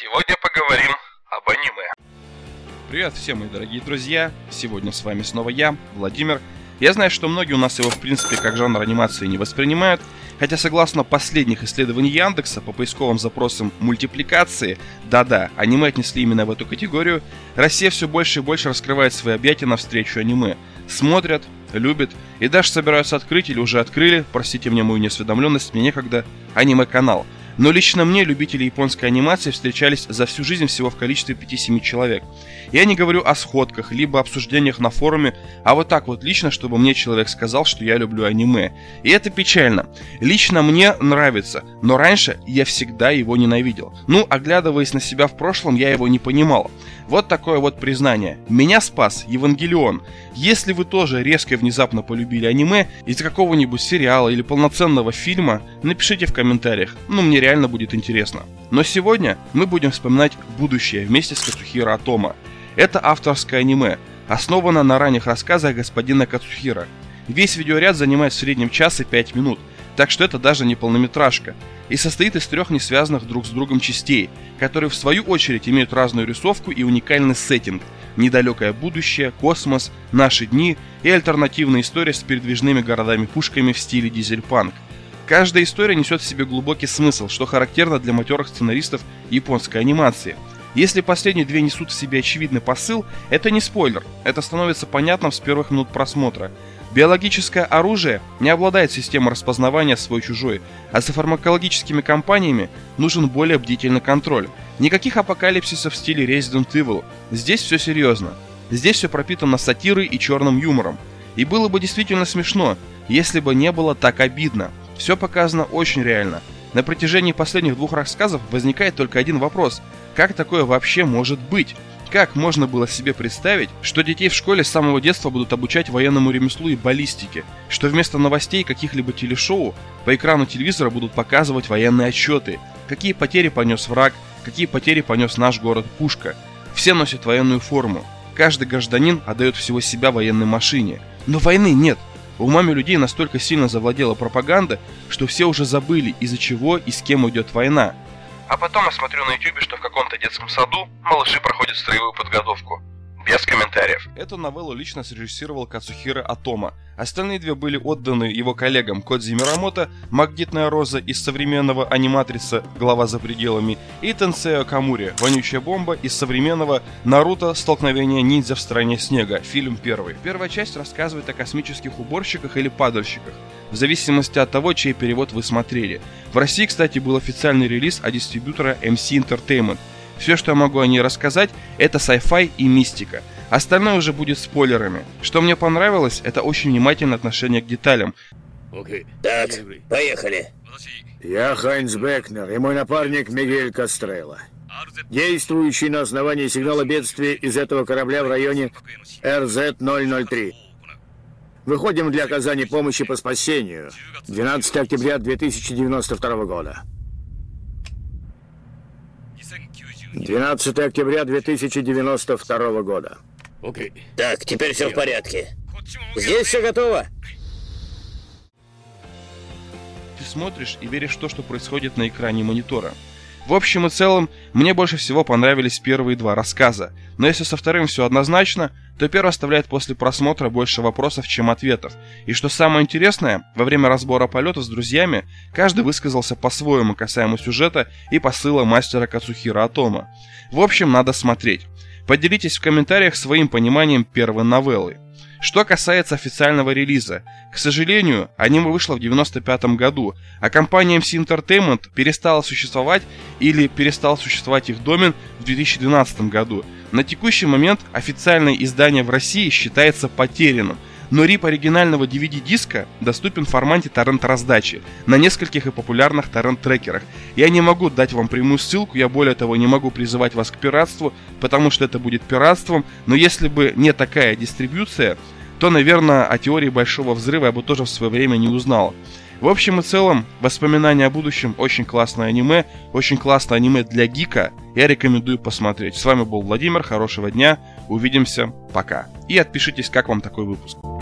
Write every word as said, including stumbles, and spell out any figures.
Сегодня поговорим об аниме. Привет всем, мои дорогие друзья. Сегодня с вами снова я, Владимир. Я знаю, что многие у нас его в принципе как жанр анимации не воспринимают, хотя согласно последних исследований Яндекса по поисковым запросам мультипликации, да-да, аниме отнесли именно в эту категорию, Россия все больше и больше раскрывает свои объятия навстречу аниме. Смотрят, любят и даже собираются открыть или уже открыли, простите мне мою неосведомленность, мне некогда, аниме-канал. Но лично мне любители японской анимации встречались за всю жизнь всего в количестве пяти-семи человек. Я не говорю о сходках, либо обсуждениях на форуме, а вот так вот лично, чтобы мне человек сказал, что я люблю аниме. И это печально. Лично мне нравится, но раньше я всегда его ненавидел. Ну, оглядываясь на себя в прошлом, я его не понимал. Вот такое вот признание. Меня спас Евангелион. Если вы тоже резко и внезапно полюбили аниме из-за какого-нибудь сериала или полноценного фильма, напишите в комментариях. Ну, мне реально будет интересно. Но сегодня мы будем вспоминать будущее вместе с Кацухиро Отомо. Это авторское аниме, основано на ранних рассказах господина Кацухиро. Весь видеоряд занимает в среднем час и пять минут, так что это даже не полнометражка. И состоит из трех несвязанных друг с другом частей, которые в свою очередь имеют разную рисовку и уникальный сеттинг. Недалекое будущее, космос, наши дни и альтернативная история с передвижными городами-пушками в стиле дизельпанк. Каждая история несет в себе глубокий смысл, что характерно для матерых сценаристов японской анимации. Если последние две несут в себе очевидный посыл, это не спойлер, это становится понятным с первых минут просмотра. Биологическое оружие не обладает системой распознавания свой-чужой, а за фармакологическими компаниями нужен более бдительный контроль. Никаких апокалипсисов в стиле Resident Evil, здесь все серьезно. Здесь все пропитано сатирой и черным юмором. И было бы действительно смешно, если бы не было так обидно. Все показано очень реально. На протяжении последних двух рассказов возникает только один вопрос. Как такое вообще может быть? Как можно было себе представить, что детей в школе с самого детства будут обучать военному ремеслу и баллистике? Что вместо новостей и каких-либо телешоу по экрану телевизора будут показывать военные отчеты? Какие потери понес враг? Какие потери понес наш город Пушка? Все носят военную форму. Каждый гражданин отдает всего себя военной машине. Но войны нет. Умами людей настолько сильно завладела пропаганда, что все уже забыли, из-за чего и с кем идет война. А потом я смотрю на ютубе, что в каком-то детском саду малыши проходят строевую подготовку. Без комментариев. Эту новеллу лично срежиссировал Кацухиро Отомо. Остальные две были отданы его коллегам Кодзи Мирамото, «Магнитная роза» из современного аниматриса «Глава за пределами», и Тенсео Камури, «Вонючая бомба» из современного «Наруто. Столкновение ниндзя в стране снега», фильм первый. Первая часть рассказывает о космических уборщиках или падальщиках, в зависимости от того, чей перевод вы смотрели. В России, кстати, был официальный релиз от дистрибьютора эм си Entertainment. Все, что я могу о ней рассказать, это sci-fi и мистика. Остальное уже будет спойлерами. Что мне понравилось, это очень внимательное отношение к деталям. Okay. Так, поехали. Я Хайнц Бекнер и мой напарник Мигель Кастрелло. Действующий на основании сигнала бедствия из этого корабля в районе эр зет ноль ноль три. Выходим для оказания помощи по спасению. двенадцатого октября две тысячи девяносто второго года. двенадцатого октября две тысячи девяносто второго года. Okay. Так, теперь все в порядке. Здесь все готово. Ты смотришь и веришь в то, что происходит на экране монитора. В общем и целом, мне больше всего понравились первые два рассказа. Но если со вторым все однозначно, то первый оставляет после просмотра больше вопросов, чем ответов. И что самое интересное, во время разбора полетов с друзьями, каждый высказался по-своему касаемо сюжета и посыла мастера Кацухиро Отомо. В общем, надо смотреть. Поделитесь в комментариях своим пониманием первой новеллы. Что касается официального релиза, к сожалению, аниме вышло в девяносто пятом году, а компания эм си Entertainment перестала существовать или перестал существовать их домен в две тысячи двенадцатом году. На текущий момент официальное издание в России считается потерянным, но рип оригинального ди ви ди-диска доступен в формате торрент-раздачи на нескольких и популярных торрент-трекерах. Я не могу дать вам прямую ссылку, я более того не могу призывать вас к пиратству, потому что это будет пиратством, но если бы не такая дистрибьюция, то, наверное, о теории Большого Взрыва я бы тоже в свое время не узнал. В общем и целом, воспоминания о будущем, очень классное аниме, очень классное аниме для гика, я рекомендую посмотреть. С вами был Владимир, хорошего дня, увидимся, пока. И отпишитесь, как вам такой выпуск.